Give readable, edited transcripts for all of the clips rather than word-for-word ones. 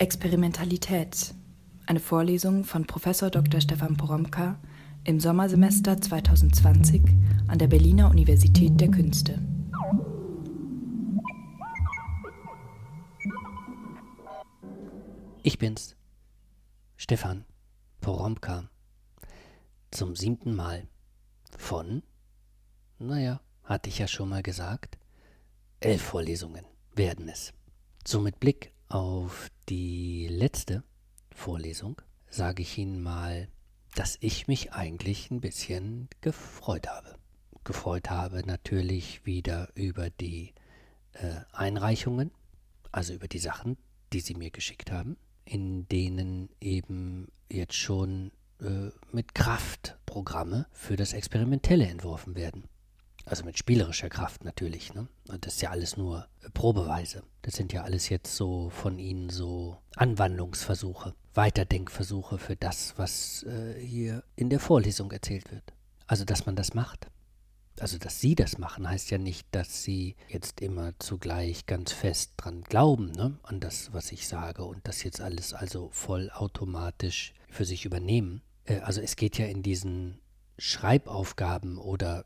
Experimentalität. Eine Vorlesung von Prof. Dr. Stefan Poromka im Sommersemester 2020 an der Berliner Universität der Künste. Ich bin's, Stefan Poromka, zum 7. Mal von, hatte ich ja schon mal gesagt, 11 Vorlesungen werden es. So mit Blick auf die letzte Vorlesung sage ich Ihnen mal, dass ich mich eigentlich ein bisschen gefreut habe. Gefreut habe natürlich wieder über die Einreichungen, also über die Sachen, die Sie mir geschickt haben, in denen eben jetzt schon mit Kraft Programme für das Experimentelle entworfen werden. Also mit spielerischer Kraft natürlich, ne? Und das ist ja alles nur probeweise. Das sind ja alles jetzt so von Ihnen so Anwandlungsversuche, Weiterdenkversuche für das, was hier in der Vorlesung erzählt wird. Also, dass man das macht. Also, dass Sie das machen, heißt ja nicht, dass Sie jetzt immer zugleich ganz fest dran glauben, ne? An das, was ich sage und das jetzt alles also vollautomatisch für sich übernehmen. Also es geht ja in diesen Schreibaufgaben oder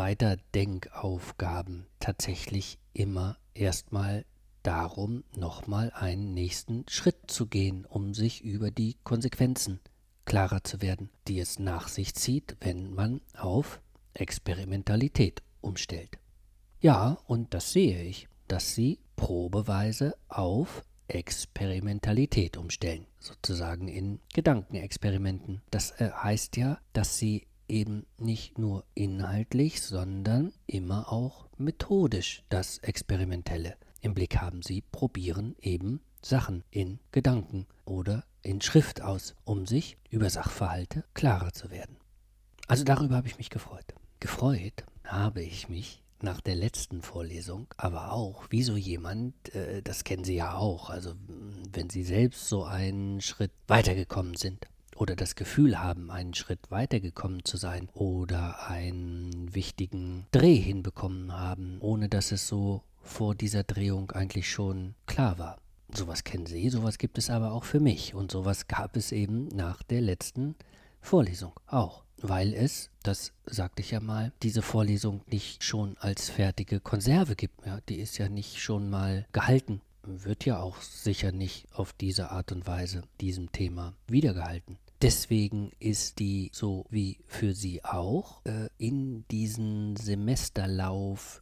Weiterdenkaufgaben tatsächlich immer erstmal darum, nochmal einen nächsten Schritt zu gehen, um sich über die Konsequenzen klarer zu werden, die es nach sich zieht, wenn man auf Experimentalität umstellt. Ja, und das sehe ich, dass Sie probeweise auf Experimentalität umstellen, sozusagen in Gedankenexperimenten. Das heißt ja, dass Sie eben nicht nur inhaltlich, sondern immer auch methodisch das Experimentelle im Blick haben. Sie probieren eben Sachen in Gedanken oder in Schrift aus, um sich über Sachverhalte klarer zu werden. Also darüber habe ich mich gefreut. Gefreut habe ich mich nach der letzten Vorlesung, aber auch, wie so jemand, das kennen Sie ja auch, also wenn Sie selbst so einen Schritt weitergekommen sind oder das Gefühl haben, einen Schritt weitergekommen zu sein oder einen wichtigen Dreh hinbekommen haben, ohne dass es so vor dieser Drehung eigentlich schon klar war. Sowas kennen Sie, sowas gibt es aber auch für mich und sowas gab es eben nach der letzten Vorlesung auch. Weil es, das sagte ich ja mal, diese Vorlesung nicht schon als fertige Konserve gibt. Ja, die ist ja nicht schon mal gehalten, wird ja auch sicher nicht auf diese Art und Weise diesem Thema wiedergehalten. Deswegen ist die, so wie für Sie auch, in diesen Semesterlauf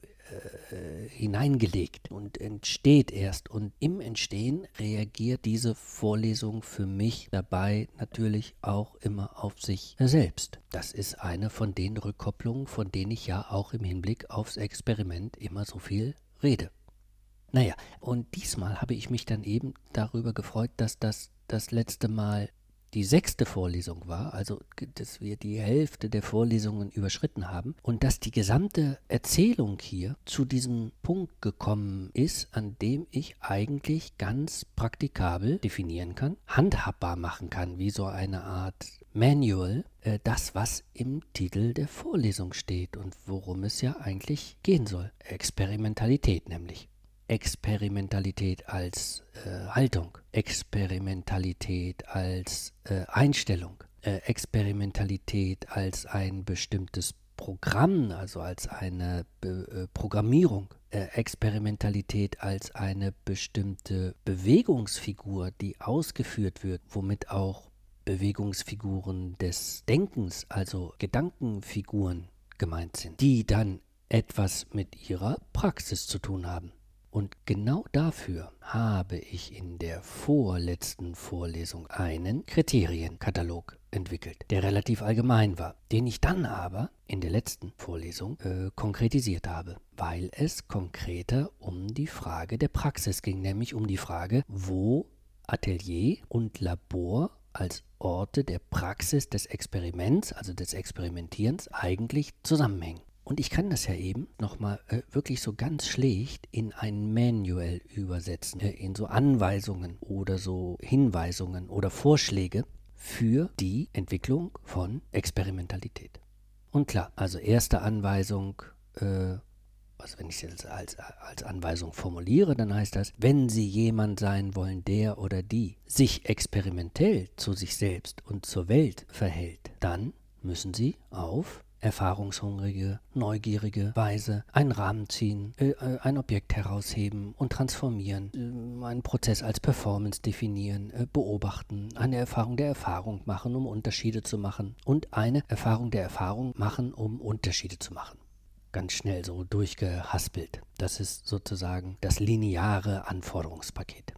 hineingelegt und entsteht erst. Und im Entstehen reagiert diese Vorlesung für mich dabei natürlich auch immer auf sich selbst. Das ist eine von den Rückkopplungen, von denen ich ja auch im Hinblick aufs Experiment immer so viel rede. Naja, und diesmal habe ich mich dann eben darüber gefreut, dass das letzte Mal die 6. Vorlesung war, also dass wir die Hälfte der Vorlesungen überschritten haben und dass die gesamte Erzählung hier zu diesem Punkt gekommen ist, an dem ich eigentlich ganz praktikabel definieren kann, handhabbar machen kann, wie so eine Art Manual, das, was im Titel der Vorlesung steht und worum es ja eigentlich gehen soll. Experimentalität nämlich. Experimentalität als Haltung, Experimentalität als Einstellung, Experimentalität als ein bestimmtes Programm, also als eine Programmierung, Experimentalität als eine bestimmte Bewegungsfigur, die ausgeführt wird, womit auch Bewegungsfiguren des Denkens, also Gedankenfiguren gemeint sind, die dann etwas mit ihrer Praxis zu tun haben. Und genau dafür habe ich in der vorletzten Vorlesung einen Kriterienkatalog entwickelt, der relativ allgemein war, den ich dann aber in der letzten Vorlesung konkretisiert habe, weil es konkreter um die Frage der Praxis ging, nämlich um die Frage, wo Atelier und Labor als Orte der Praxis des Experiments, also des Experimentierens, eigentlich zusammenhängen. Und ich kann das ja eben nochmal wirklich so ganz schlicht in ein Manual übersetzen, in so Anweisungen oder so Hinweisungen oder Vorschläge für die Entwicklung von Experimentalität. Und klar, also erste Anweisung, Also wenn ich es jetzt als Anweisung formuliere, dann heißt das, wenn Sie jemand sein wollen, der oder die sich experimentell zu sich selbst und zur Welt verhält, dann müssen Sie auf erfahrungshungrige, neugierige Weise einen Rahmen ziehen, ein Objekt herausheben und transformieren, einen Prozess als Performance definieren, beobachten, eine Erfahrung der Erfahrung machen, um Unterschiede zu machen und eine Erfahrung der Erfahrung machen, um Unterschiede zu machen. Ganz schnell so durchgehaspelt. Das ist sozusagen das lineare Anforderungspaket.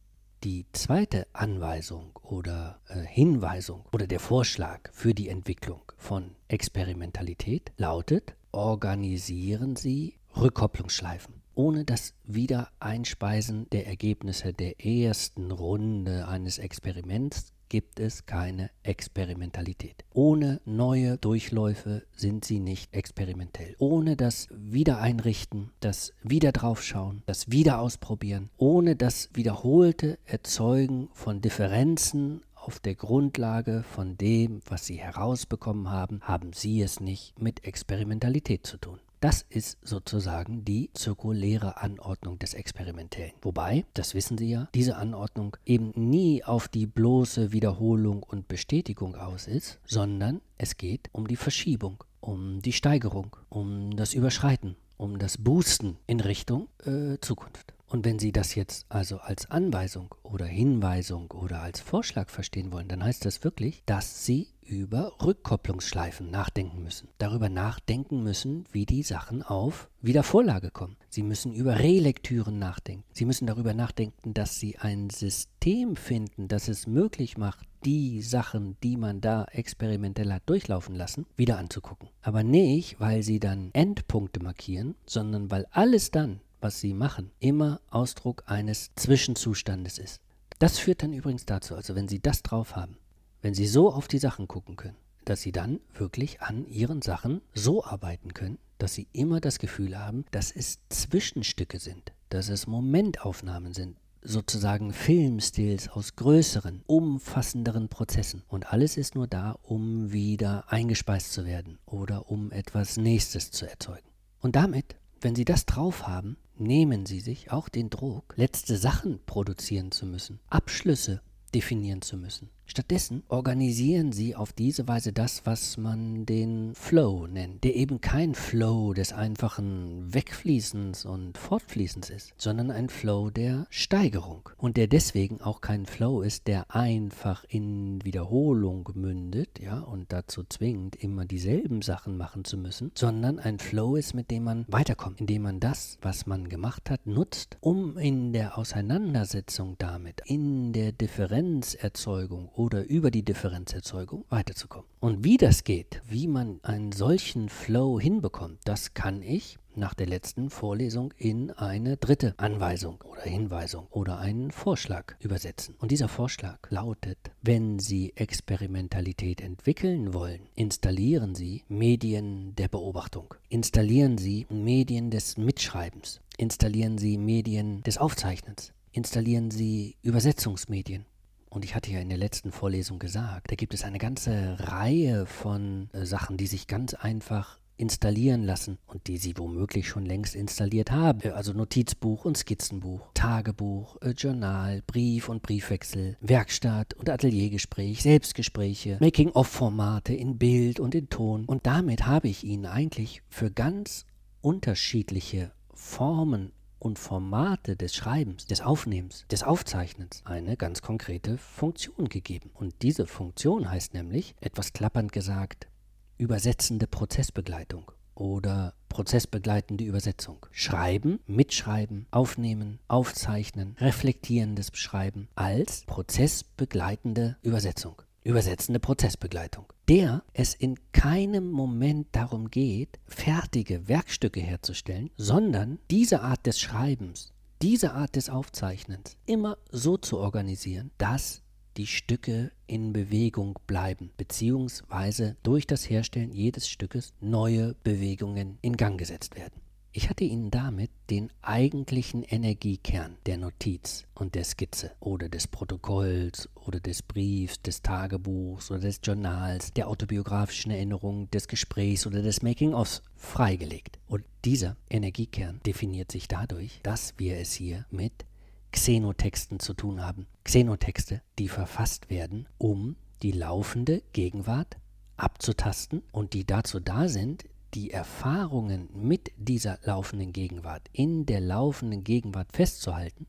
Die zweite Anweisung oder Hinweisung oder der Vorschlag für die Entwicklung von Experimentalität lautet: Organisieren Sie Rückkopplungsschleifen. Ohne das Wiedereinspeisen der Ergebnisse der ersten Runde eines Experiments gibt es keine Experimentalität. Ohne neue Durchläufe sind sie nicht experimentell. Ohne das Wiedereinrichten, das Wieder-Draufschauen, das Wiederausprobieren, ohne das wiederholte Erzeugen von Differenzen auf der Grundlage von dem, was Sie herausbekommen haben, haben Sie es nicht mit Experimentalität zu tun. Das ist sozusagen die zirkuläre Anordnung des Experimentellen. Wobei, das wissen Sie ja, diese Anordnung eben nie auf die bloße Wiederholung und Bestätigung aus ist, sondern es geht um die Verschiebung, um die Steigerung, um das Überschreiten, um das Boosten in Richtung Zukunft. Und wenn Sie das jetzt also als Anweisung oder Hinweisung oder als Vorschlag verstehen wollen, dann heißt das wirklich, dass Sie über Rückkopplungsschleifen nachdenken müssen. Darüber nachdenken müssen, wie die Sachen auf Wiedervorlage kommen. Sie müssen über Relektüren nachdenken. Sie müssen darüber nachdenken, dass Sie ein System finden, das es möglich macht, die Sachen, die man da experimentell hat durchlaufen lassen, wieder anzugucken. Aber nicht, weil Sie dann Endpunkte markieren, sondern weil alles dann, was Sie machen, immer Ausdruck eines Zwischenzustandes ist. Das führt dann übrigens dazu, also wenn Sie das drauf haben, wenn Sie so auf die Sachen gucken können, dass Sie dann wirklich an Ihren Sachen so arbeiten können, dass Sie immer das Gefühl haben, dass es Zwischenstücke sind, dass es Momentaufnahmen sind, sozusagen Filmstills aus größeren, umfassenderen Prozessen. Und alles ist nur da, um wieder eingespeist zu werden oder um etwas Nächstes zu erzeugen. Und damit, wenn Sie das drauf haben, nehmen Sie sich auch den Druck, letzte Sachen produzieren zu müssen, Abschlüsse definieren zu müssen. Stattdessen organisieren Sie auf diese Weise das, was man den Flow nennt, der eben kein Flow des einfachen Wegfließens und Fortfließens ist, sondern ein Flow der Steigerung und der deswegen auch kein Flow ist, der einfach in Wiederholung mündet, ja, und dazu zwingt, immer dieselben Sachen machen zu müssen, sondern ein Flow ist, mit dem man weiterkommt, indem man das, was man gemacht hat, nutzt, um in der Auseinandersetzung damit, in der Differenzerzeugung oder über die Differenzerzeugung weiterzukommen. Und wie das geht, wie man einen solchen Flow hinbekommt, das kann ich nach der letzten Vorlesung in eine dritte Anweisung oder Hinweisung oder einen Vorschlag übersetzen. Und dieser Vorschlag lautet: Wenn Sie Experimentalität entwickeln wollen, installieren Sie Medien der Beobachtung, installieren Sie Medien des Mitschreibens, installieren Sie Medien des Aufzeichnens, installieren Sie Übersetzungsmedien. Und ich hatte ja in der letzten Vorlesung gesagt, da gibt es eine ganze Reihe von Sachen, die sich ganz einfach installieren lassen und die Sie womöglich schon längst installiert haben. Also Notizbuch und Skizzenbuch, Tagebuch, Journal, Brief und Briefwechsel, Werkstatt und Ateliergespräch, Selbstgespräche, Making-of-Formate in Bild und in Ton. Und damit habe ich Ihnen eigentlich für ganz unterschiedliche Formen und Formate des Schreibens, des Aufnehmens, des Aufzeichnens eine ganz konkrete Funktion gegeben. Und diese Funktion heißt nämlich, etwas klappernd gesagt, übersetzende Prozessbegleitung oder prozessbegleitende Übersetzung. Schreiben, mitschreiben, aufnehmen, aufzeichnen, reflektierendes Beschreiben als prozessbegleitende Übersetzung. Übersetzende Prozessbegleitung, der es in keinem Moment darum geht, fertige Werkstücke herzustellen, sondern diese Art des Schreibens, diese Art des Aufzeichnens immer so zu organisieren, dass die Stücke in Bewegung bleiben, beziehungsweise durch das Herstellen jedes Stückes neue Bewegungen in Gang gesetzt werden. Ich hatte Ihnen damit den eigentlichen Energiekern der Notiz und der Skizze oder des Protokolls oder des Briefs, des Tagebuchs oder des Journals, der autobiografischen Erinnerung, des Gesprächs oder des Making-ofs freigelegt. Und dieser Energiekern definiert sich dadurch, dass wir es hier mit Xenotexten zu tun haben. Xenotexte, die verfasst werden, um die laufende Gegenwart abzutasten und die dazu da sind, die Erfahrungen mit dieser laufenden Gegenwart in der laufenden Gegenwart festzuhalten,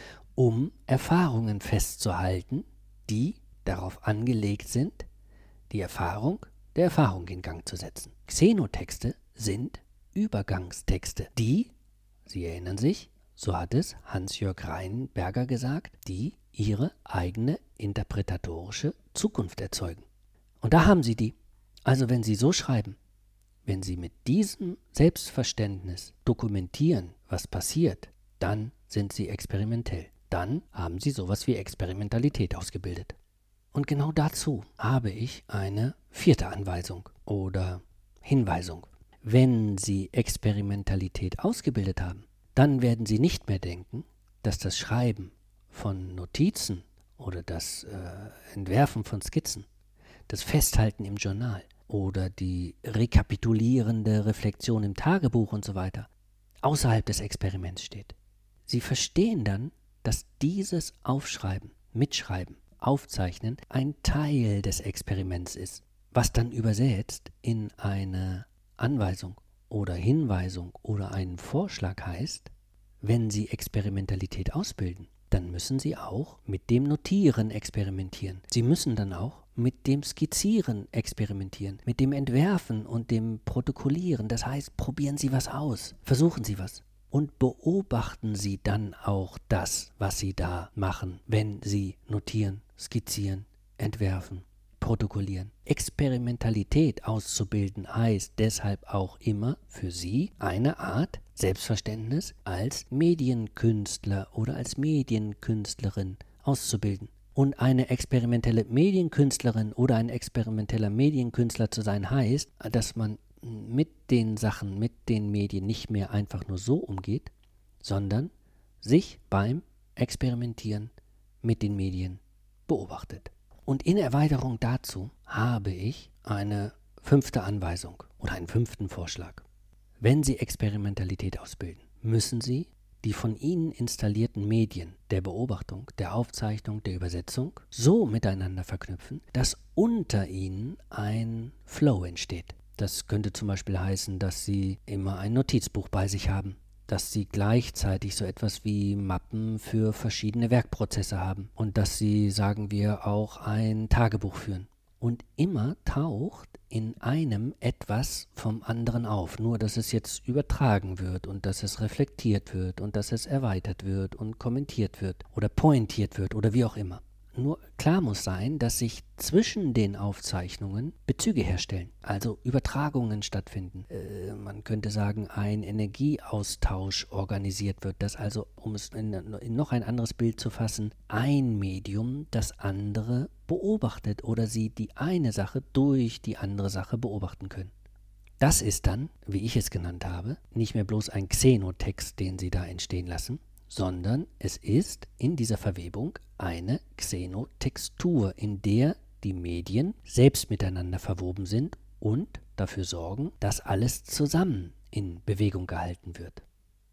um Erfahrungen festzuhalten, die darauf angelegt sind, die Erfahrung der Erfahrung in Gang zu setzen. Xenotexte sind Übergangstexte, die, Sie erinnern sich, so hat es Hans-Jörg Reinberger gesagt, die ihre eigene interpretatorische Zukunft erzeugen. Und da haben Sie die. Also wenn Sie so schreiben, wenn Sie mit diesem Selbstverständnis dokumentieren, was passiert, dann sind Sie experimentell. Dann haben Sie sowas wie Experimentalität ausgebildet. Und genau dazu habe ich eine 4. Anweisung oder Hinweisung. Wenn Sie Experimentalität ausgebildet haben, dann werden Sie nicht mehr denken, dass das Schreiben von Notizen oder das Entwerfen von Skizzen, das Festhalten im Journal oder die rekapitulierende Reflexion im Tagebuch und so weiter außerhalb des Experiments steht. Sie verstehen dann, dass dieses Aufschreiben, Mitschreiben, Aufzeichnen ein Teil des Experiments ist, was dann übersetzt in eine Anweisung oder Hinweisung oder einen Vorschlag heißt, wenn Sie Experimentalität ausbilden, dann müssen Sie auch mit dem Notieren experimentieren. Sie müssen dann auch mit dem Skizzieren experimentieren, mit dem Entwerfen und dem Protokollieren. Das heißt, probieren Sie was aus, versuchen Sie was und beobachten Sie dann auch das, was Sie da machen, wenn Sie notieren, skizzieren, entwerfen, protokollieren. Experimentalität auszubilden heißt deshalb auch immer für Sie eine Art Selbstverständnis als Medienkünstler oder als Medienkünstlerin auszubilden. Und eine experimentelle Medienkünstlerin oder ein experimenteller Medienkünstler zu sein heißt, dass man mit den Sachen, mit den Medien nicht mehr einfach nur so umgeht, sondern sich beim Experimentieren mit den Medien beobachtet. Und in Erweiterung dazu habe ich eine 5. Anweisung oder einen 5. Vorschlag. Wenn Sie Experimentalität ausbilden, müssen Sie die von Ihnen installierten Medien der Beobachtung, der Aufzeichnung, der Übersetzung so miteinander verknüpfen, dass unter ihnen ein Flow entsteht. Das könnte zum Beispiel heißen, dass Sie immer ein Notizbuch bei sich haben, dass Sie gleichzeitig so etwas wie Mappen für verschiedene Werkprozesse haben und dass Sie, sagen wir, auch ein Tagebuch führen. Und immer taucht in einem etwas vom anderen auf, nur dass es jetzt übertragen wird und dass es reflektiert wird und dass es erweitert wird und kommentiert wird oder pointiert wird oder wie auch immer. Nur klar muss sein, dass sich zwischen den Aufzeichnungen Bezüge herstellen, also Übertragungen stattfinden. Man könnte sagen, ein Energieaustausch organisiert wird, dass also, um es in noch ein anderes Bild zu fassen, ein Medium das andere beobachtet oder sie die eine Sache durch die andere Sache beobachten können. Das ist dann, wie ich es genannt habe, nicht mehr bloß ein Xenotext, den Sie da entstehen lassen, sondern es ist in dieser Verwebung eine Xenotextur, in der die Medien selbst miteinander verwoben sind und dafür sorgen, dass alles zusammen in Bewegung gehalten wird.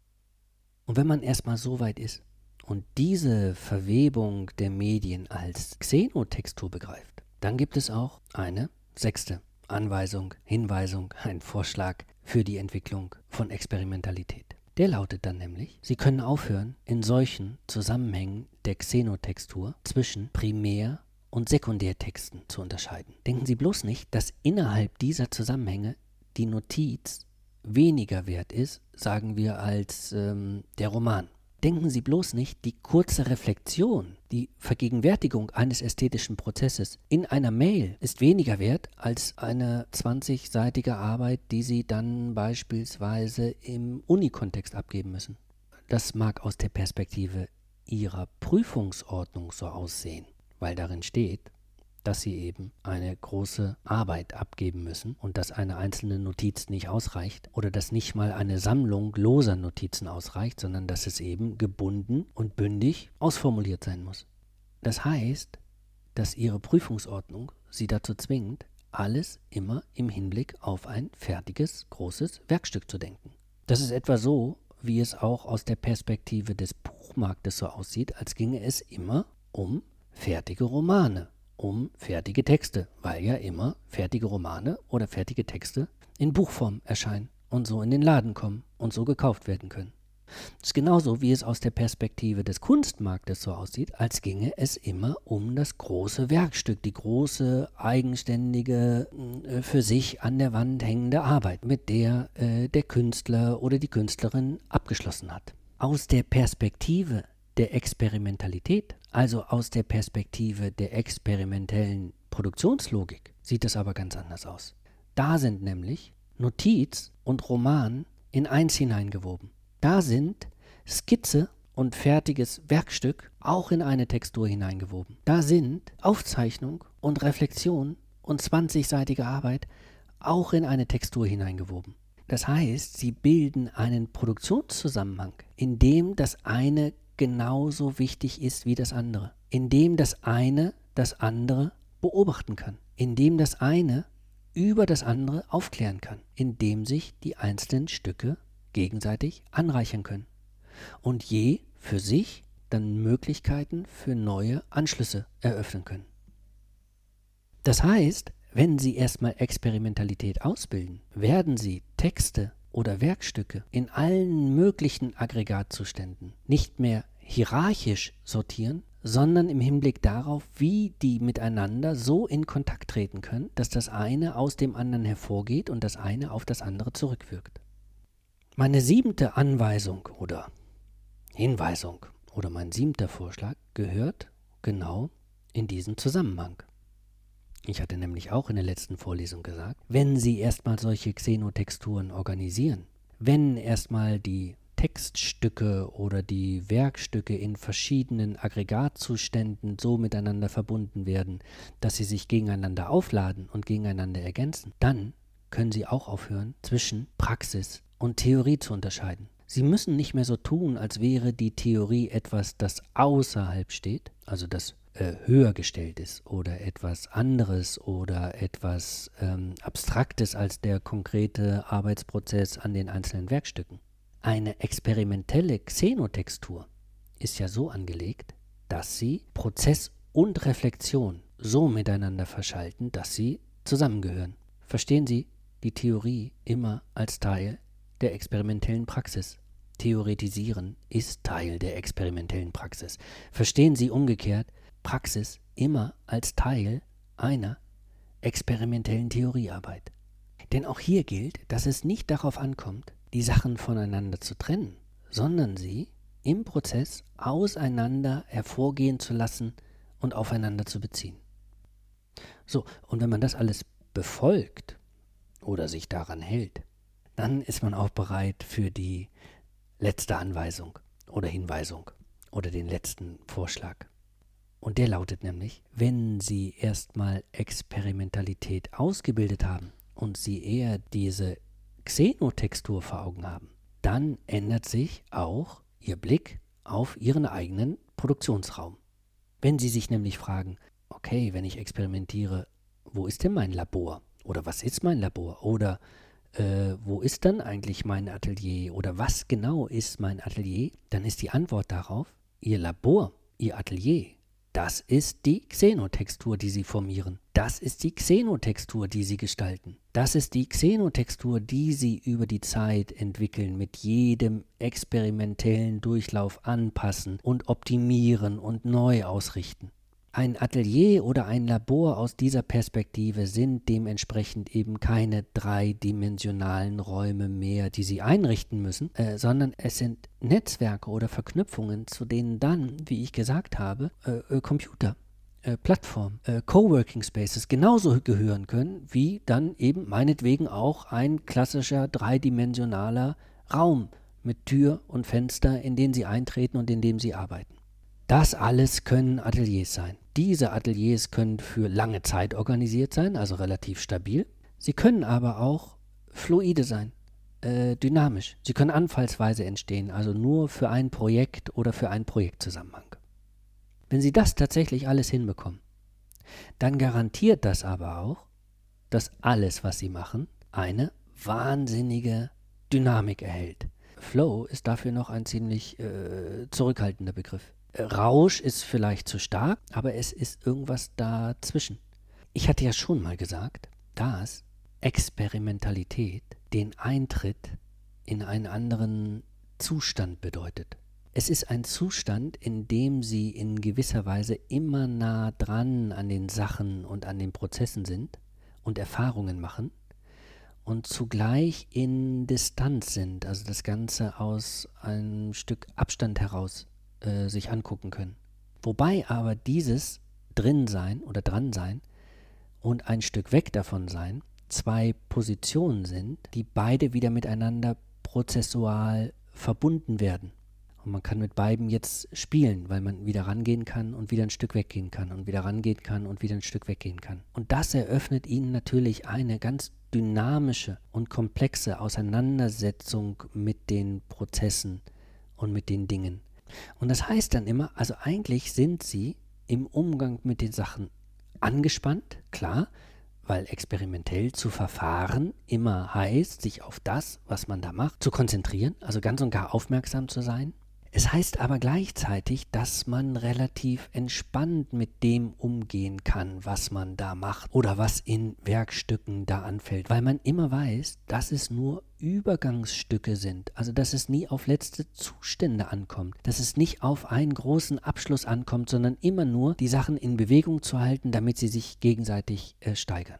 Und wenn man erstmal so weit ist und diese Verwebung der Medien als Xenotextur begreift, dann gibt es auch eine 6. Anweisung, Hinweisung, ein Vorschlag für die Entwicklung von Experimentalität. Der lautet dann nämlich, Sie können aufhören, in solchen Zusammenhängen der Xenotextur zwischen Primär- und Sekundärtexten zu unterscheiden. Denken Sie bloß nicht, dass innerhalb dieser Zusammenhänge die Notiz weniger wert ist, sagen wir, als der Roman. Denken Sie bloß nicht, die kurze Reflexion, die Vergegenwärtigung eines ästhetischen Prozesses in einer Mail ist weniger wert als eine 20-seitige Arbeit, die Sie dann beispielsweise im Unikontext abgeben müssen. Das mag aus der Perspektive Ihrer Prüfungsordnung so aussehen, weil darin steht, dass sie eben eine große Arbeit abgeben müssen und dass eine einzelne Notiz nicht ausreicht oder dass nicht mal eine Sammlung loser Notizen ausreicht, sondern dass es eben gebunden und bündig ausformuliert sein muss. Das heißt, dass ihre Prüfungsordnung sie dazu zwingt, alles immer im Hinblick auf ein fertiges, großes Werkstück zu denken. Das ist etwa so, wie es auch aus der Perspektive des Buchmarktes so aussieht, als ginge es immer um fertige Romane, um fertige Texte, weil ja immer fertige Romane oder fertige Texte in Buchform erscheinen und so in den Laden kommen und so gekauft werden können. Das ist genauso, wie es aus der Perspektive des Kunstmarktes so aussieht, als ginge es immer um das große Werkstück, die große, eigenständige, für sich an der Wand hängende Arbeit, mit der der Künstler oder die Künstlerin abgeschlossen hat. Aus der Perspektive der Experimentalität, also aus der Perspektive der experimentellen Produktionslogik, sieht es aber ganz anders aus. Da sind nämlich Notiz und Roman in eins hineingewoben. Da sind Skizze und fertiges Werkstück auch in eine Textur hineingewoben. Da sind Aufzeichnung und Reflexion und 20-seitige Arbeit auch in eine Textur hineingewoben. Das heißt, sie bilden einen Produktionszusammenhang, in dem das eine genauso wichtig ist wie das andere, in dem das eine das andere beobachten kann, in dem das eine über das andere aufklären kann, in dem sich die einzelnen Stücke gegenseitig anreichern können und je für sich dann Möglichkeiten für neue Anschlüsse eröffnen können. Das heißt, wenn Sie erstmal Experimentalität ausbilden, werden Sie Texte oder Werkstücke in allen möglichen Aggregatzuständen nicht mehr hierarchisch sortieren, sondern im Hinblick darauf, wie die miteinander so in Kontakt treten können, dass das eine aus dem anderen hervorgeht und das eine auf das andere zurückwirkt. Meine 7. Anweisung oder Hinweisung oder mein 7. Vorschlag gehört genau in diesen Zusammenhang. Ich hatte nämlich auch in der letzten Vorlesung gesagt, wenn Sie erstmal solche Xenotexturen organisieren, wenn erstmal die Textstücke oder die Werkstücke in verschiedenen Aggregatzuständen so miteinander verbunden werden, dass sie sich gegeneinander aufladen und gegeneinander ergänzen, dann können Sie auch aufhören, zwischen Praxis und Theorie zu unterscheiden. Sie müssen nicht mehr so tun, als wäre die Theorie etwas, das außerhalb steht, also das höher gestellt ist oder etwas anderes oder etwas Abstraktes als der konkrete Arbeitsprozess an den einzelnen Werkstücken. Eine experimentelle Xenotextur ist ja so angelegt, dass sie Prozess und Reflexion so miteinander verschalten, dass sie zusammengehören. Verstehen Sie die Theorie immer als Teil der experimentellen Praxis. Theoretisieren ist Teil der experimentellen Praxis. Verstehen Sie umgekehrt Praxis immer als Teil einer experimentellen Theoriearbeit. Denn auch hier gilt, dass es nicht darauf ankommt, die Sachen voneinander zu trennen, sondern sie im Prozess auseinander hervorgehen zu lassen und aufeinander zu beziehen. So, und wenn man das alles befolgt oder sich daran hält, dann ist man auch bereit für die letzte Anweisung oder Hinweisung oder den letzten Vorschlag. Und der lautet nämlich, wenn Sie erstmal Experimentalität ausgebildet haben und Sie eher diese Xenotextur vor Augen haben, dann ändert sich auch Ihr Blick auf Ihren eigenen Produktionsraum. Wenn Sie sich nämlich fragen, okay, wenn ich experimentiere, wo ist denn mein Labor? Oder was ist mein Labor? Oder wo ist dann eigentlich mein Atelier? Oder was genau ist mein Atelier? Dann ist die Antwort darauf, Ihr Labor, Ihr Atelier, das ist die Xenotextur, die Sie formieren. Das ist die Xenotextur, die Sie gestalten. Das ist die Xenotextur, die Sie über die Zeit entwickeln, mit jedem experimentellen Durchlauf anpassen und optimieren und neu ausrichten. Ein Atelier oder ein Labor aus dieser Perspektive sind dementsprechend eben keine dreidimensionalen Räume mehr, die Sie einrichten müssen, sondern es sind Netzwerke oder Verknüpfungen, zu denen dann, wie ich gesagt habe, Computer, Plattformen, Coworking Spaces genauso gehören können, wie dann eben meinetwegen auch ein klassischer dreidimensionaler Raum mit Tür und Fenster, in den Sie eintreten und in dem Sie arbeiten. Das alles können Ateliers sein. Diese Ateliers können für lange Zeit organisiert sein, also relativ stabil. Sie können aber auch fluide sein, dynamisch. Sie können anfallsweise entstehen, also nur für ein Projekt oder für einen Projektzusammenhang. Wenn Sie das tatsächlich alles hinbekommen, dann garantiert das aber auch, dass alles, was Sie machen, eine wahnsinnige Dynamik erhält. Flow ist dafür noch ein ziemlich zurückhaltender Begriff. Rausch ist vielleicht zu stark, aber es ist irgendwas dazwischen. Ich hatte ja schon mal gesagt, dass Experimentalität den Eintritt in einen anderen Zustand bedeutet. Es ist ein Zustand, in dem Sie in gewisser Weise immer nah dran an den Sachen und an den Prozessen sind und Erfahrungen machen und zugleich in Distanz sind, also das Ganze aus einem Stück Abstand heraus sich angucken können. Wobei aber dieses Drinsein oder Dransein und ein Stück weg davon sein zwei Positionen sind, die beide wieder miteinander prozessual verbunden werden. Und man kann mit beiden jetzt spielen, weil man wieder rangehen kann und wieder ein Stück weggehen kann und wieder rangehen kann und wieder ein Stück weggehen kann. Und das eröffnet Ihnen natürlich eine ganz dynamische und komplexe Auseinandersetzung mit den Prozessen und mit den Dingen. Und das heißt dann immer, also eigentlich sind Sie im Umgang mit den Sachen angespannt, klar, weil experimentell zu verfahren immer heißt, sich auf das, was man da macht, zu konzentrieren, also ganz und gar aufmerksam zu sein. Es heißt aber gleichzeitig, dass man relativ entspannt mit dem umgehen kann, was man da macht oder was in Werkstücken da anfällt, weil man immer weiß, dass es nur Übergangsstücke sind, also dass es nie auf letzte Zustände ankommt, dass es nicht auf einen großen Abschluss ankommt, sondern immer nur die Sachen in Bewegung zu halten, damit sie sich gegenseitig steigern.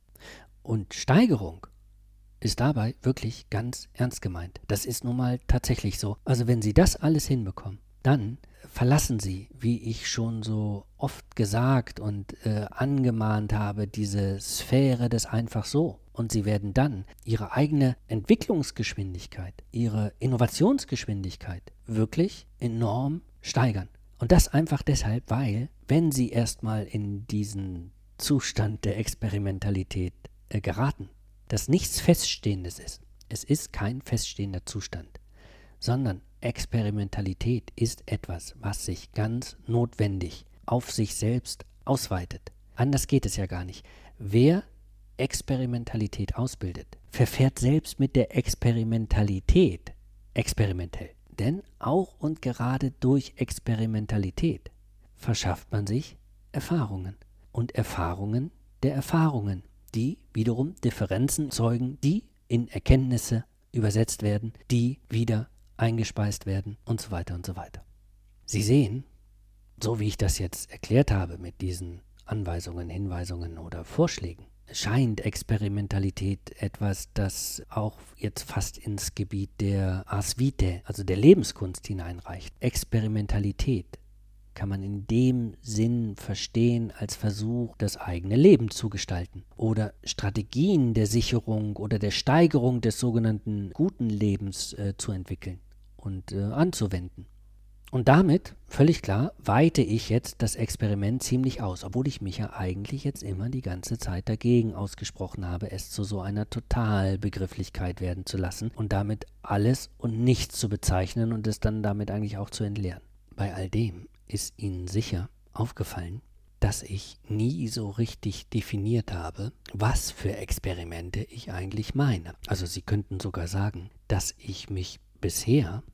Und Steigerung ist dabei wirklich ganz ernst gemeint. Das ist nun mal tatsächlich so. Also wenn Sie das alles hinbekommen, dann verlassen Sie, wie ich schon so oft gesagt und angemahnt habe, diese Sphäre des einfach so. Und Sie werden dann Ihre eigene Entwicklungsgeschwindigkeit, Ihre Innovationsgeschwindigkeit wirklich enorm steigern. Und das einfach deshalb, weil, wenn Sie erstmal in diesen Zustand der Experimentalität geraten, dass nichts Feststehendes ist. Es ist kein feststehender Zustand, sondern Experimentalität ist etwas, was sich ganz notwendig auf sich selbst ausweitet. Anders geht es ja gar nicht. Wer Experimentalität ausbildet, verfährt selbst mit der Experimentalität experimentell. Denn auch und gerade durch Experimentalität verschafft man sich Erfahrungen und Erfahrungen der Erfahrungen, die wiederum Differenzen zeugen, die in Erkenntnisse übersetzt werden, die wieder eingespeist werden und so weiter und so weiter. Sie sehen, so wie ich das jetzt erklärt habe mit diesen Anweisungen, Hinweisungen oder Vorschlägen, scheint Experimentalität etwas, das auch jetzt fast ins Gebiet der Ars Vitae, also der Lebenskunst hineinreicht. Experimentalität kann man in dem Sinn verstehen als Versuch, das eigene Leben zu gestalten oder Strategien der Sicherung oder der Steigerung des sogenannten guten Lebens zu entwickeln und anzuwenden. Und damit, völlig klar, weite ich jetzt das Experiment ziemlich aus, obwohl ich mich ja eigentlich jetzt immer die ganze Zeit dagegen ausgesprochen habe, es zu so einer Totalbegrifflichkeit werden zu lassen und damit alles und nichts zu bezeichnen und es dann damit eigentlich auch zu entleeren. Bei all dem ist Ihnen sicher aufgefallen, dass ich nie so richtig definiert habe, was für Experimente ich eigentlich meine. Also Sie könnten sogar sagen, dass ich mich bisher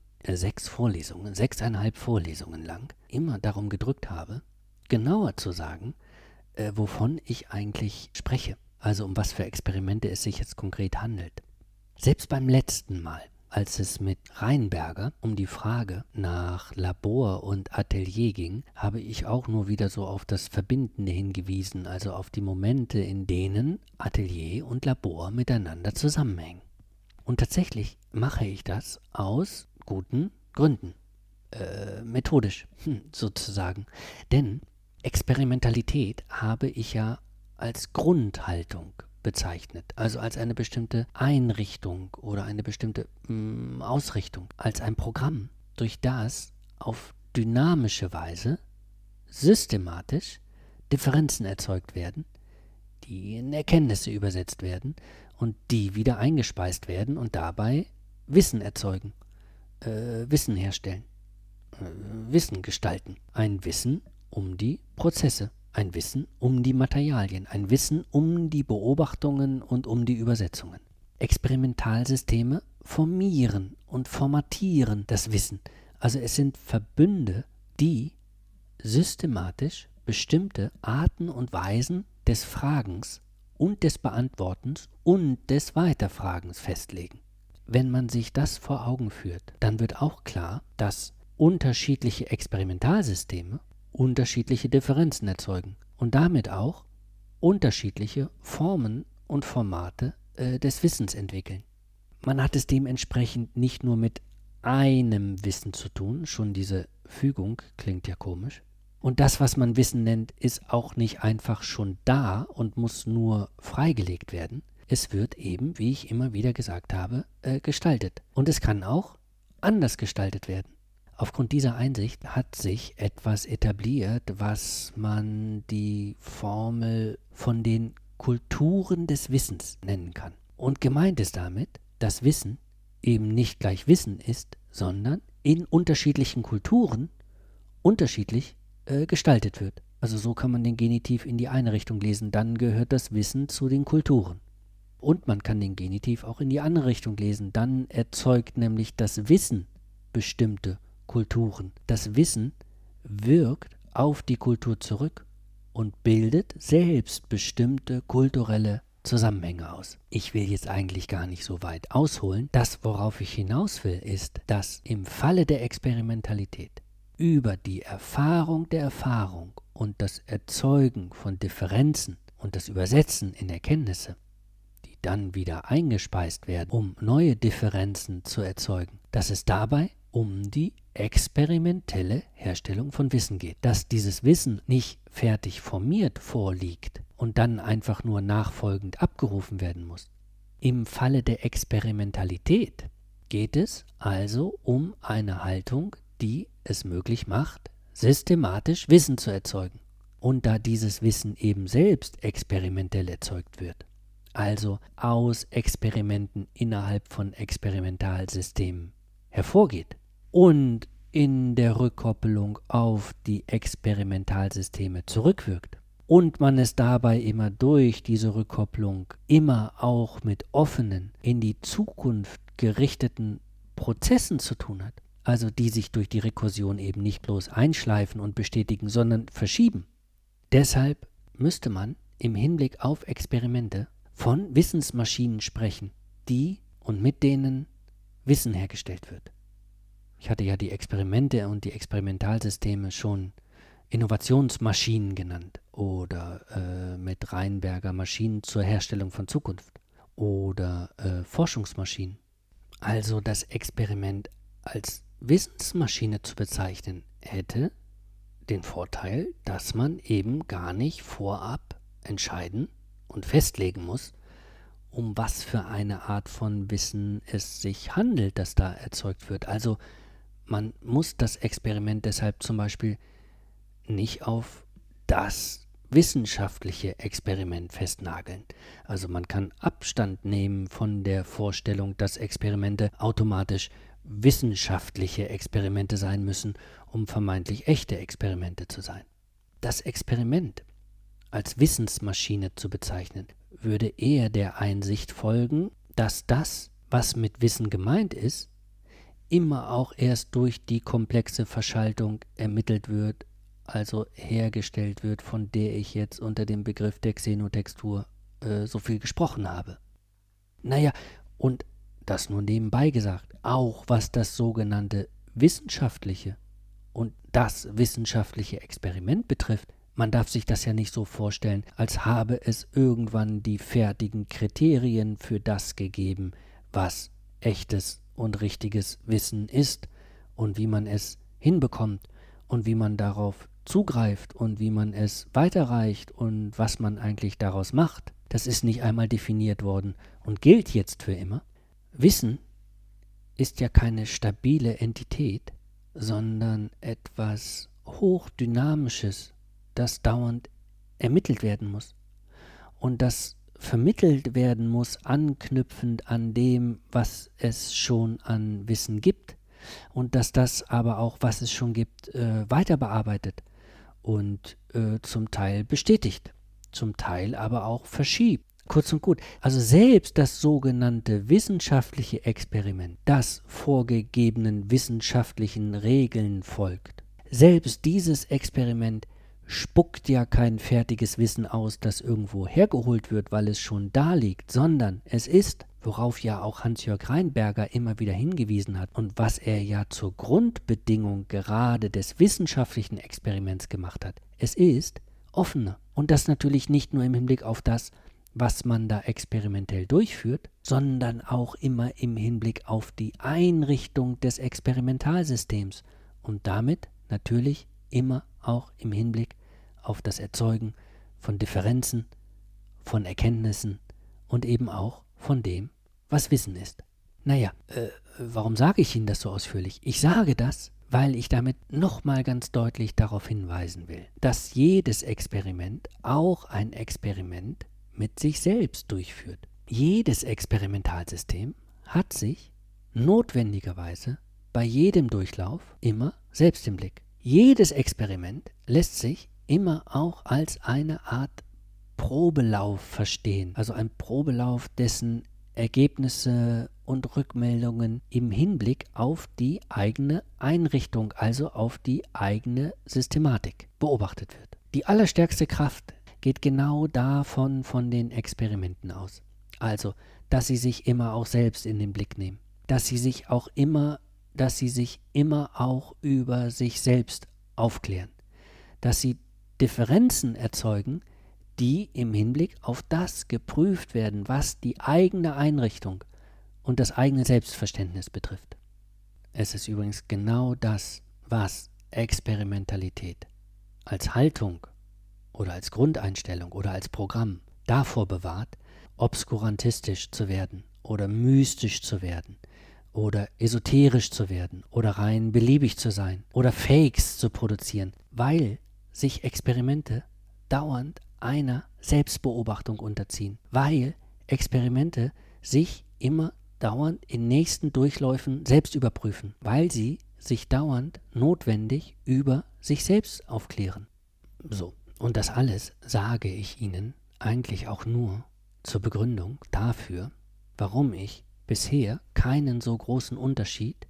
6,5 Vorlesungen lang immer darum gedrückt habe, genauer zu sagen, wovon ich eigentlich spreche. Also um was für Experimente es sich jetzt konkret handelt. Selbst beim letzten Mal, als es mit Reinberger um die Frage nach Labor und Atelier ging, habe ich auch nur wieder so auf das Verbindende hingewiesen, also auf die Momente, in denen Atelier und Labor miteinander zusammenhängen. Und tatsächlich mache ich das aus guten Gründen, methodisch sozusagen. Denn Experimentalität habe ich ja als Grundhaltung bezeichnet, also als eine bestimmte Einrichtung oder eine bestimmte Ausrichtung, als ein Programm, durch das auf dynamische Weise systematisch Differenzen erzeugt werden, die in Erkenntnisse übersetzt werden und die wieder eingespeist werden und dabei Wissen erzeugen, Wissen herstellen, Wissen gestalten. Ein Wissen um die Prozesse, ein Wissen um die Materialien, ein Wissen um die Beobachtungen und um die Übersetzungen. Experimentalsysteme formieren und formatieren das Wissen. Also es sind Verbünde, die systematisch bestimmte Arten und Weisen des Fragens und des Beantwortens und des Weiterfragens festlegen. Wenn man sich das vor Augen führt, dann wird auch klar, dass unterschiedliche Experimentalsysteme unterschiedliche Differenzen erzeugen und damit auch unterschiedliche Formen und Formate des Wissens entwickeln. Man hat es dementsprechend nicht nur mit einem Wissen zu tun, schon diese Fügung klingt ja komisch. Und das, was man Wissen nennt, ist auch nicht einfach schon da und muss nur freigelegt werden. Es wird eben, wie ich immer wieder gesagt habe, gestaltet. Und es kann auch anders gestaltet werden. Aufgrund dieser Einsicht hat sich etwas etabliert, was man die Formel von den Kulturen des Wissens nennen kann. Und gemeint ist damit, dass Wissen eben nicht gleich Wissen ist, sondern in unterschiedlichen Kulturen unterschiedlich gestaltet wird. Also so kann man den Genitiv in die eine Richtung lesen, dann gehört das Wissen zu den Kulturen. Und man kann den Genitiv auch in die andere Richtung lesen, dann erzeugt nämlich das Wissen bestimmte Kulturen. Das Wissen wirkt auf die Kultur zurück und bildet selbst bestimmte kulturelle Zusammenhänge aus. Ich will jetzt eigentlich gar nicht so weit ausholen. Das, worauf ich hinaus will, ist, dass im Falle der Experimentalität über die Erfahrung der Erfahrung und das Erzeugen von Differenzen und das Übersetzen in Erkenntnisse, die dann wieder eingespeist werden, um neue Differenzen zu erzeugen, dass es dabei um die experimentelle Herstellung von Wissen geht. Dass dieses Wissen nicht fertig formiert vorliegt und dann einfach nur nachfolgend abgerufen werden muss. Im Falle der Experimentalität geht es also um eine Haltung, die es möglich macht, systematisch Wissen zu erzeugen. Und da dieses Wissen eben selbst experimentell erzeugt wird, also aus Experimenten innerhalb von Experimentalsystemen hervorgeht und in der Rückkoppelung auf die Experimentalsysteme zurückwirkt und man es dabei immer durch diese Rückkopplung immer auch mit offenen, in die Zukunft gerichteten Prozessen zu tun hat, also die sich durch die Rekursion eben nicht bloß einschleifen und bestätigen, sondern verschieben. Deshalb müsste man im Hinblick auf Experimente von Wissensmaschinen sprechen, die und mit denen Wissen hergestellt wird. Ich hatte ja die Experimente und die Experimentalsysteme schon Innovationsmaschinen genannt oder mit Rheinberger Maschinen zur Herstellung von Zukunft oder Forschungsmaschinen. Also das Experiment als Wissensmaschine zu bezeichnen, hätte den Vorteil, dass man eben gar nicht vorab entscheiden und festlegen muss, um was für eine Art von Wissen es sich handelt, das da erzeugt wird. Also man muss das Experiment deshalb zum Beispiel nicht auf das wissenschaftliche Experiment festnageln. Also man kann Abstand nehmen von der Vorstellung, dass Experimente automatisch wissenschaftliche Experimente sein müssen, um vermeintlich echte Experimente zu sein. Das Experiment als Wissensmaschine zu bezeichnen, würde eher der Einsicht folgen, dass das, was mit Wissen gemeint ist, immer auch erst durch die komplexe Verschaltung ermittelt wird, also hergestellt wird, von der ich jetzt unter dem Begriff der Xenotextur so viel gesprochen habe. Naja, und das nur nebenbei gesagt, auch was das sogenannte wissenschaftliche und das wissenschaftliche Experiment betrifft, man darf sich das ja nicht so vorstellen, als habe es irgendwann die fertigen Kriterien für das gegeben, was echtes und richtiges Wissen ist und wie man es hinbekommt und wie man darauf zugreift und wie man es weiterreicht und was man eigentlich daraus macht. Das ist nicht einmal definiert worden und gilt jetzt für immer. Wissen ist ja keine stabile Entität, sondern etwas Hochdynamisches, das dauernd ermittelt werden muss und das vermittelt werden muss, anknüpfend an dem, was es schon an Wissen gibt und dass das aber auch, was es schon gibt, weiter bearbeitet und zum Teil bestätigt, zum Teil aber auch verschiebt. Kurz und gut, also selbst das sogenannte wissenschaftliche Experiment, das vorgegebenen wissenschaftlichen Regeln folgt, selbst dieses Experiment spuckt ja kein fertiges Wissen aus, das irgendwo hergeholt wird, weil es schon da liegt, sondern es ist, worauf ja auch Hans-Jörg Reinberger immer wieder hingewiesen hat und was er ja zur Grundbedingung gerade des wissenschaftlichen Experiments gemacht hat, es ist offener. Und das natürlich nicht nur im Hinblick auf das, was man da experimentell durchführt, sondern auch immer im Hinblick auf die Einrichtung des Experimentalsystems und damit natürlich immer auch im Hinblick auf das Erzeugen von Differenzen, von Erkenntnissen und eben auch von dem, was Wissen ist. Naja, warum sage ich Ihnen das so ausführlich? Ich sage das, weil ich damit nochmal ganz deutlich darauf hinweisen will, dass jedes Experiment auch ein Experiment mit sich selbst durchführt. Jedes Experimentalsystem hat sich notwendigerweise bei jedem Durchlauf immer selbst im Blick. Jedes Experiment lässt sich immer auch als eine Art Probelauf verstehen, also ein Probelauf, dessen Ergebnisse und Rückmeldungen im Hinblick auf die eigene Einrichtung, also auf die eigene Systematik beobachtet wird. Die allerstärkste Kraft geht genau davon von den Experimenten aus. Also, dass sie sich immer auch selbst in den Blick nehmen, dass sie sich immer auch über sich selbst aufklären, dass sie Differenzen erzeugen, die im Hinblick auf das geprüft werden, was die eigene Einrichtung und das eigene Selbstverständnis betrifft. Es ist übrigens genau das, was Experimentalität als Haltung oder als Grundeinstellung oder als Programm davor bewahrt, obskurantistisch zu werden oder mystisch zu werden oder esoterisch zu werden oder rein beliebig zu sein oder Fakes zu produzieren, weil sich Experimente dauernd einer Selbstbeobachtung unterziehen, weil Experimente sich immer dauernd in nächsten Durchläufen selbst überprüfen, weil sie sich dauernd notwendig über sich selbst aufklären. So, und das alles sage ich Ihnen eigentlich auch nur zur Begründung dafür, warum ich bisher keinen so großen Unterschied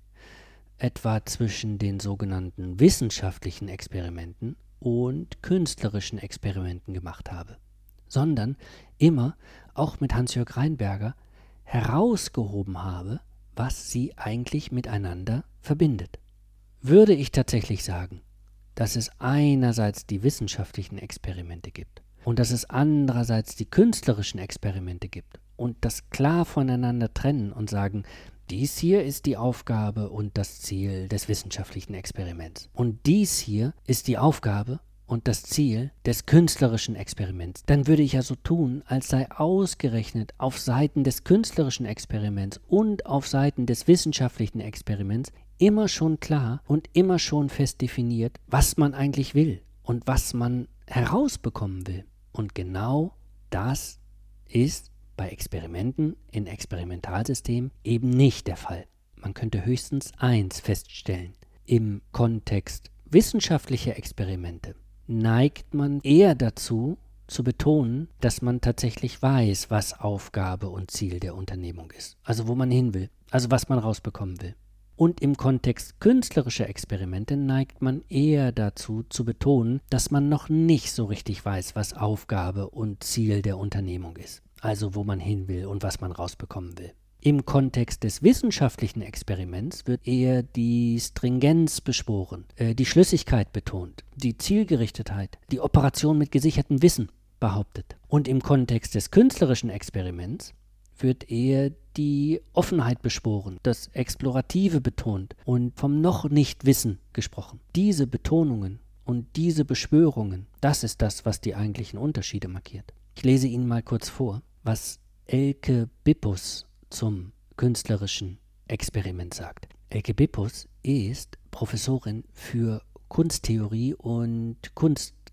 etwa zwischen den sogenannten wissenschaftlichen Experimenten und künstlerischen Experimenten gemacht habe, sondern immer auch mit Hans-Jörg Reinberger herausgehoben habe, was sie eigentlich miteinander verbindet. Würde ich tatsächlich sagen, dass es einerseits die wissenschaftlichen Experimente gibt und dass es andererseits die künstlerischen Experimente gibt und das klar voneinander trennen und sagen, dies hier ist die Aufgabe und das Ziel des wissenschaftlichen Experiments. Und dies hier ist die Aufgabe und das Ziel des künstlerischen Experiments. Dann würde ich ja so tun, als sei ausgerechnet auf Seiten des künstlerischen Experiments und auf Seiten des wissenschaftlichen Experiments immer schon klar und immer schon fest definiert, was man eigentlich will und was man herausbekommen will. Und genau das ist bei Experimenten in Experimentalsystemen eben nicht der Fall. Man könnte höchstens eins feststellen. Im Kontext wissenschaftlicher Experimente neigt man eher dazu, zu betonen, dass man tatsächlich weiß, was Aufgabe und Ziel der Unternehmung ist. Also wo man hin will, also was man rausbekommen will. Und im Kontext künstlerischer Experimente neigt man eher dazu, zu betonen, dass man noch nicht so richtig weiß, was Aufgabe und Ziel der Unternehmung ist. Also wo man hin will und was man rausbekommen will. Im Kontext des wissenschaftlichen Experiments wird eher die Stringenz beschworen, die Schlüssigkeit betont, die Zielgerichtetheit, die Operation mit gesichertem Wissen behauptet. Und im Kontext des künstlerischen Experiments wird eher die Offenheit beschworen, das Explorative betont und vom Noch-Nicht-Wissen gesprochen. Diese Betonungen und diese Beschwörungen, das ist das, was die eigentlichen Unterschiede markiert. Ich lese Ihnen mal kurz vor, was Elke Bippus zum künstlerischen Experiment sagt. Elke Bippus ist Professorin für Kunsttheorie und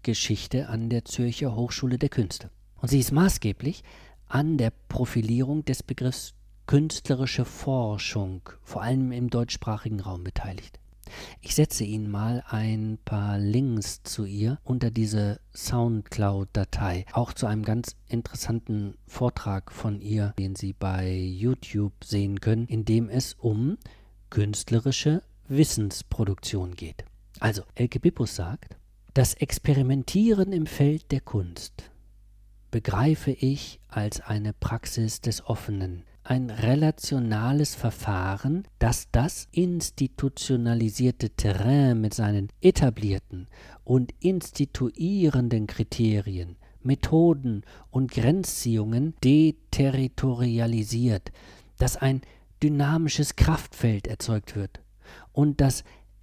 Geschichte an der Zürcher Hochschule der Künste. Und sie ist maßgeblich an der Profilierung des Begriffs künstlerische Forschung, vor allem im deutschsprachigen Raum, beteiligt. Ich setze Ihnen mal ein paar Links zu ihr unter diese Soundcloud-Datei, auch zu einem ganz interessanten Vortrag von ihr, den Sie bei YouTube sehen können, in dem es um künstlerische Wissensproduktion geht. Also, Elke Bippus sagt, das Experimentieren im Feld der Kunst begreife ich als eine Praxis des Offenen, ein relationales Verfahren, das das institutionalisierte Terrain mit seinen etablierten und instituierenden Kriterien, Methoden und Grenzziehungen deterritorialisiert, dass ein dynamisches Kraftfeld erzeugt wird und das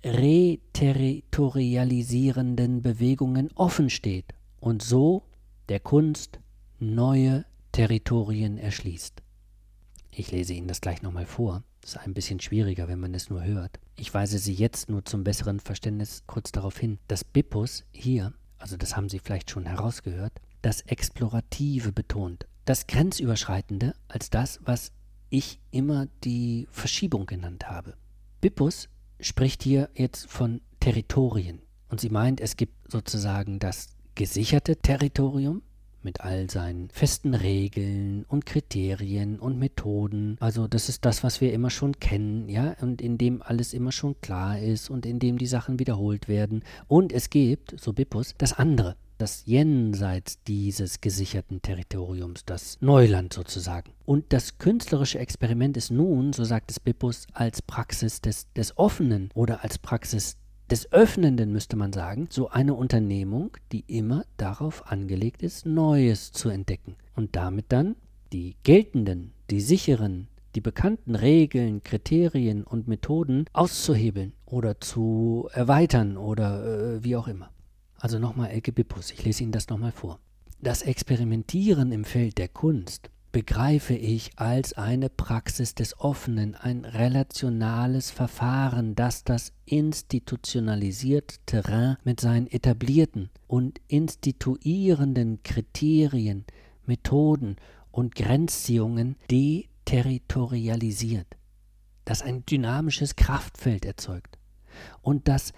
reterritorialisierenden Bewegungen offen steht und so der Kunst neue Territorien erschließt. Ich lese Ihnen das gleich nochmal vor. Das ist ein bisschen schwieriger, wenn man es nur hört. Ich weise Sie jetzt nur zum besseren Verständnis kurz darauf hin, dass Bippus hier, also das haben Sie vielleicht schon herausgehört, das Explorative betont, das Grenzüberschreitende als das, was ich immer die Verschiebung genannt habe. Bippus spricht hier jetzt von Territorien und sie meint, es gibt sozusagen das gesicherte Territorium, mit all seinen festen Regeln und Kriterien und Methoden. Also das ist das, was wir immer schon kennen, ja, und in dem alles immer schon klar ist und in dem die Sachen wiederholt werden. Und es gibt, so Bippus, das andere, das jenseits dieses gesicherten Territoriums, das Neuland sozusagen. Und das künstlerische Experiment ist nun, so sagt es Bippus, als Praxis des Offenen oder als Praxis des Öffnenden, müsste man sagen, so eine Unternehmung, die immer darauf angelegt ist, Neues zu entdecken und damit dann die geltenden, die sicheren, die bekannten Regeln, Kriterien und Methoden auszuhebeln oder zu erweitern oder wie auch immer. Also nochmal Elke Bippus, ich lese Ihnen das nochmal vor. Das Experimentieren im Feld der Kunst begreife ich als eine Praxis des Offenen, ein relationales Verfahren, das das institutionalisierte Terrain mit seinen etablierten und instituierenden Kriterien, Methoden und Grenzziehungen deterritorialisiert, das ein dynamisches Kraftfeld erzeugt und das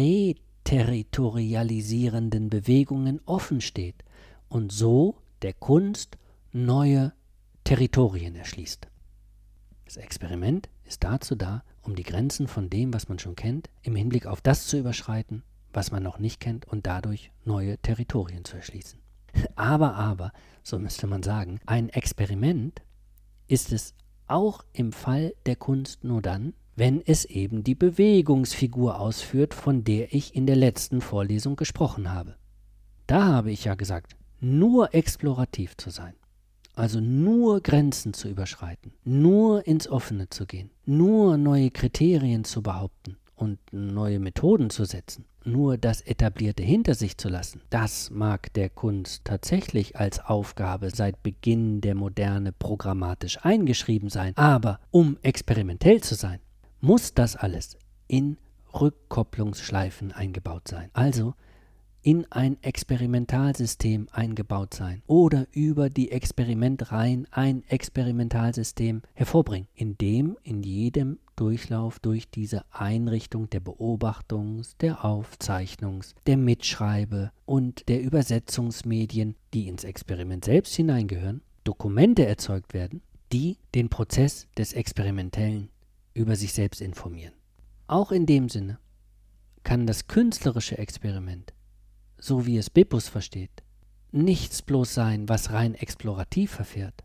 reterritorialisierenden Bewegungen offen steht und so der Kunst neue Territorien erschließt. Das Experiment ist dazu da, um die Grenzen von dem, was man schon kennt, im Hinblick auf das zu überschreiten, was man noch nicht kennt und dadurch neue Territorien zu erschließen. Aber, so müsste man sagen, ein Experiment ist es auch im Fall der Kunst nur dann, wenn es eben die Bewegungsfigur ausführt, von der ich in der letzten Vorlesung gesprochen habe. Da habe ich ja gesagt, nur explorativ zu sein. Also nur Grenzen zu überschreiten, nur ins Offene zu gehen, nur neue Kriterien zu behaupten und neue Methoden zu setzen, nur das Etablierte hinter sich zu lassen, das mag der Kunst tatsächlich als Aufgabe seit Beginn der Moderne programmatisch eingeschrieben sein. Aber um experimentell zu sein, muss das alles in Rückkopplungsschleifen eingebaut sein. Also in ein Experimentalsystem eingebaut sein oder über die Experimentreihen ein Experimentalsystem hervorbringen, in dem in jedem Durchlauf durch diese Einrichtung der Beobachtungs-, der Aufzeichnungs-, der Mitschreibe- und der Übersetzungsmedien, die ins Experiment selbst hineingehören, Dokumente erzeugt werden, die den Prozess des Experimentellen über sich selbst informieren. Auch in dem Sinne kann das künstlerische Experiment, so wie es Bippus versteht, nichts bloß sein, was rein explorativ verfährt,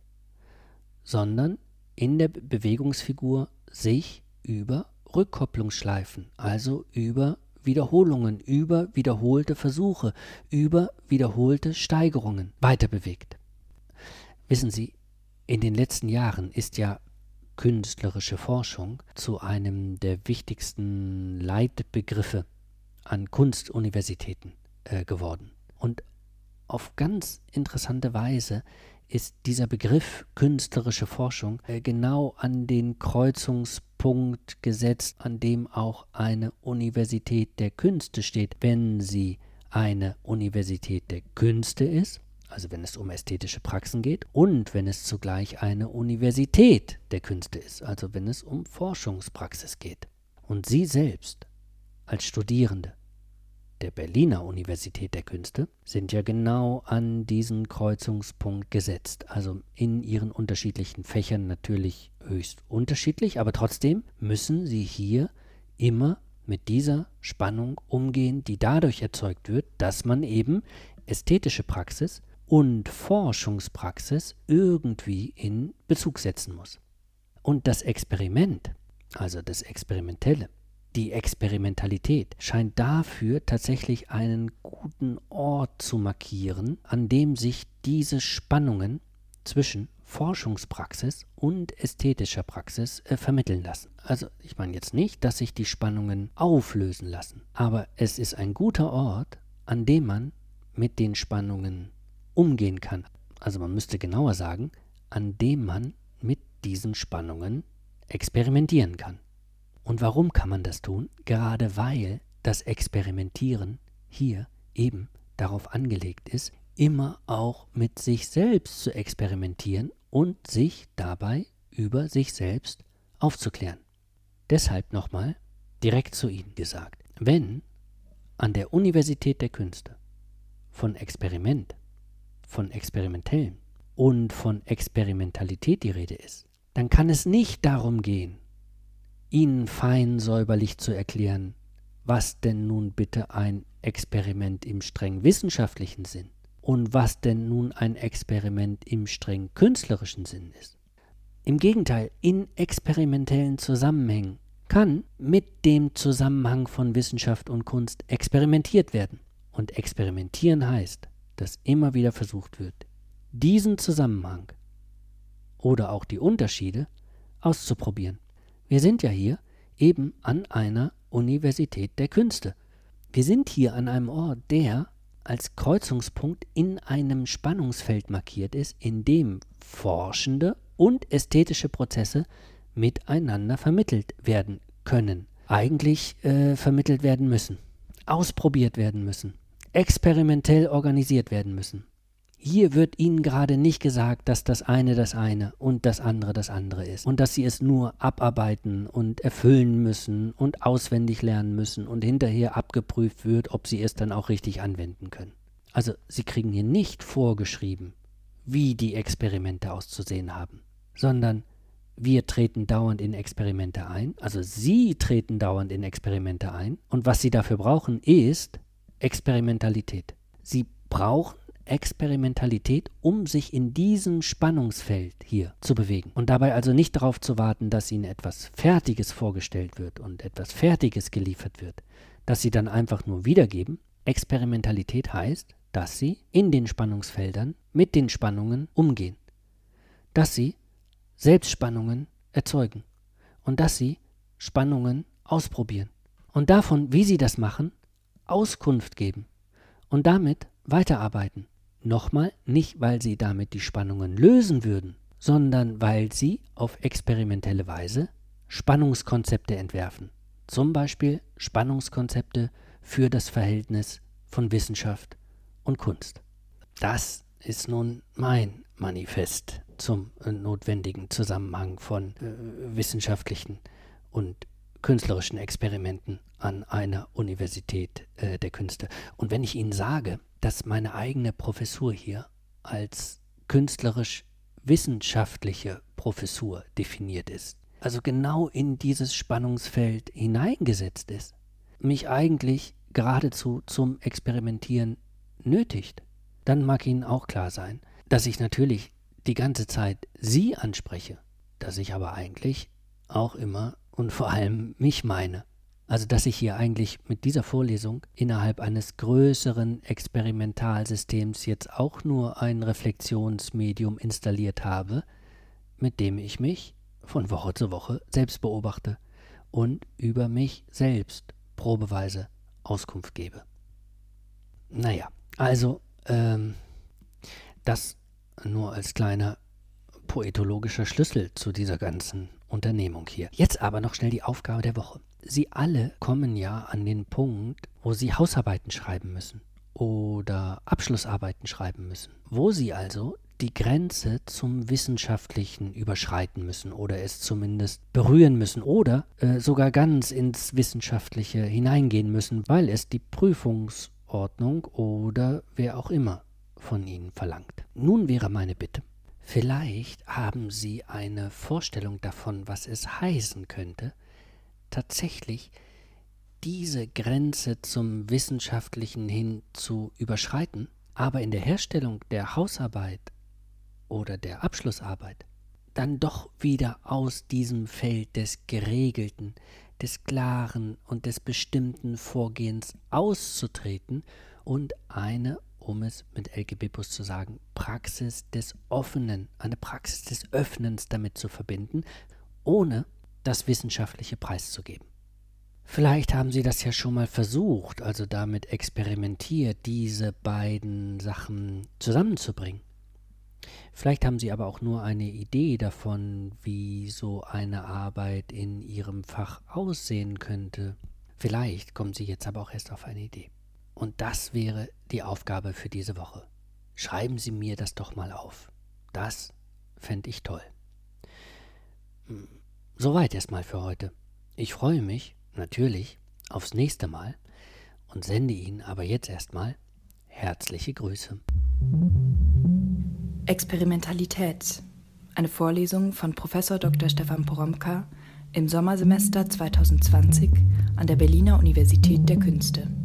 sondern in der Bewegungsfigur sich über Rückkopplungsschleifen, also über Wiederholungen, über wiederholte Versuche, über wiederholte Steigerungen weiterbewegt. Wissen Sie, in den letzten Jahren ist ja künstlerische Forschung zu einem der wichtigsten Leitbegriffe an Kunstuniversitäten geworden. Und auf ganz interessante Weise ist dieser Begriff künstlerische Forschung genau an den Kreuzungspunkt gesetzt, an dem auch eine Universität der Künste steht, wenn sie eine Universität der Künste ist, also wenn es um ästhetische Praxen geht, und wenn es zugleich eine Universität der Künste ist, also wenn es um Forschungspraxis geht. Und Sie selbst als Studierende der Berliner Universität der Künste sind ja genau an diesen Kreuzungspunkt gesetzt. Also in ihren unterschiedlichen Fächern natürlich höchst unterschiedlich, aber trotzdem müssen sie hier immer mit dieser Spannung umgehen, die dadurch erzeugt wird, dass man eben ästhetische Praxis und Forschungspraxis irgendwie in Bezug setzen muss. Und das Experiment, also das Experimentelle, die Experimentalität scheint dafür tatsächlich einen guten Ort zu markieren, an dem sich diese Spannungen zwischen Forschungspraxis und ästhetischer Praxis vermitteln lassen. Also ich meine jetzt nicht, dass sich die Spannungen auflösen lassen, aber es ist ein guter Ort, an dem man mit den Spannungen umgehen kann. Also man müsste genauer sagen, an dem man mit diesen Spannungen experimentieren kann. Und warum kann man das tun? Gerade weil das Experimentieren hier eben darauf angelegt ist, immer auch mit sich selbst zu experimentieren und sich dabei über sich selbst aufzuklären. Deshalb nochmal direkt zu Ihnen gesagt, wenn an der Universität der Künste von Experiment, von Experimentellen und von Experimentalität die Rede ist, dann kann es nicht darum gehen, Ihnen fein säuberlich zu erklären, was denn nun bitte ein Experiment im streng wissenschaftlichen Sinn und was denn nun ein Experiment im streng künstlerischen Sinn ist. Im Gegenteil, in experimentellen Zusammenhängen kann mit dem Zusammenhang von Wissenschaft und Kunst experimentiert werden. Und experimentieren heißt, dass immer wieder versucht wird, diesen Zusammenhang oder auch die Unterschiede auszuprobieren. Wir sind ja hier eben an einer Universität der Künste. Wir sind hier an einem Ort, der als Kreuzungspunkt in einem Spannungsfeld markiert ist, in dem forschende und ästhetische Prozesse miteinander vermittelt werden können. Eigentlich vermittelt werden müssen, ausprobiert werden müssen, experimentell organisiert werden müssen. Hier wird Ihnen gerade nicht gesagt, dass das eine und das andere ist und dass Sie es nur abarbeiten und erfüllen müssen und auswendig lernen müssen und hinterher abgeprüft wird, ob Sie es dann auch richtig anwenden können. Also Sie kriegen hier nicht vorgeschrieben, wie die Experimente auszusehen haben, sondern wir treten dauernd in Experimente ein, also Sie treten dauernd in Experimente ein und was Sie dafür brauchen ist Experimentalität. Sie brauchen Experimentalität, um sich in diesem Spannungsfeld hier zu bewegen. Und dabei also nicht darauf zu warten, dass Ihnen etwas Fertiges vorgestellt wird und etwas Fertiges geliefert wird, das Sie dann einfach nur wiedergeben. Experimentalität heißt, dass Sie in den Spannungsfeldern mit den Spannungen umgehen, dass Sie Selbstspannungen erzeugen und dass Sie Spannungen ausprobieren und davon, wie Sie das machen, Auskunft geben und damit weiterarbeiten. Nochmal, nicht weil Sie damit die Spannungen lösen würden, sondern weil Sie auf experimentelle Weise Spannungskonzepte entwerfen. Zum Beispiel Spannungskonzepte für das Verhältnis von Wissenschaft und Kunst. Das ist nun mein Manifest zum notwendigen Zusammenhang von wissenschaftlichen und künstlerischen Experimenten an einer Universität der Künste. Und wenn ich Ihnen sage, dass meine eigene Professur hier als künstlerisch-wissenschaftliche Professur definiert ist, also genau in dieses Spannungsfeld hineingesetzt ist, mich eigentlich geradezu zum Experimentieren nötigt, dann mag Ihnen auch klar sein, dass ich natürlich die ganze Zeit Sie anspreche, dass ich aber eigentlich auch immer und vor allem mich meine. Also dass ich hier eigentlich mit dieser Vorlesung innerhalb eines größeren Experimentalsystems jetzt auch nur ein Reflexionsmedium installiert habe, mit dem ich mich von Woche zu Woche selbst beobachte und über mich selbst probeweise Auskunft gebe. Naja, also das nur als kleiner poetologischer Schlüssel zu dieser ganzen Unternehmung hier. Jetzt aber noch schnell die Aufgabe der Woche. Sie alle kommen ja an den Punkt, wo Sie Hausarbeiten schreiben müssen oder Abschlussarbeiten schreiben müssen, wo sie also die Grenze zum Wissenschaftlichen überschreiten müssen oder es zumindest berühren müssen oder sogar ganz ins Wissenschaftliche hineingehen müssen, weil es die Prüfungsordnung oder wer auch immer von ihnen verlangt. Nun wäre meine Bitte, vielleicht haben Sie eine Vorstellung davon, was es heißen könnte, tatsächlich diese Grenze zum Wissenschaftlichen hin zu überschreiten, aber in der Herstellung der Hausarbeit oder der Abschlussarbeit dann doch wieder aus diesem Feld des Geregelten, des Klaren und des bestimmten Vorgehens auszutreten und eine, um es mit Elke Bippus zu sagen, Praxis des Offenen, eine Praxis des Öffnens damit zu verbinden, ohne das Wissenschaftliche preiszugeben. Vielleicht haben Sie das ja schon mal versucht, also damit experimentiert, diese beiden Sachen zusammenzubringen. Vielleicht haben Sie aber auch nur eine Idee davon, wie so eine Arbeit in Ihrem Fach aussehen könnte. Vielleicht kommen Sie jetzt aber auch erst auf eine Idee. Und das wäre die Aufgabe für diese Woche. Schreiben Sie mir das doch mal auf. Das fände ich toll. Soweit erstmal für heute. Ich freue mich natürlich aufs nächste Mal und sende Ihnen aber jetzt erstmal herzliche Grüße. Experimentalität. Eine Vorlesung von Prof. Dr. Stefan Poromka im Sommersemester 2020 an der Berliner Universität der Künste.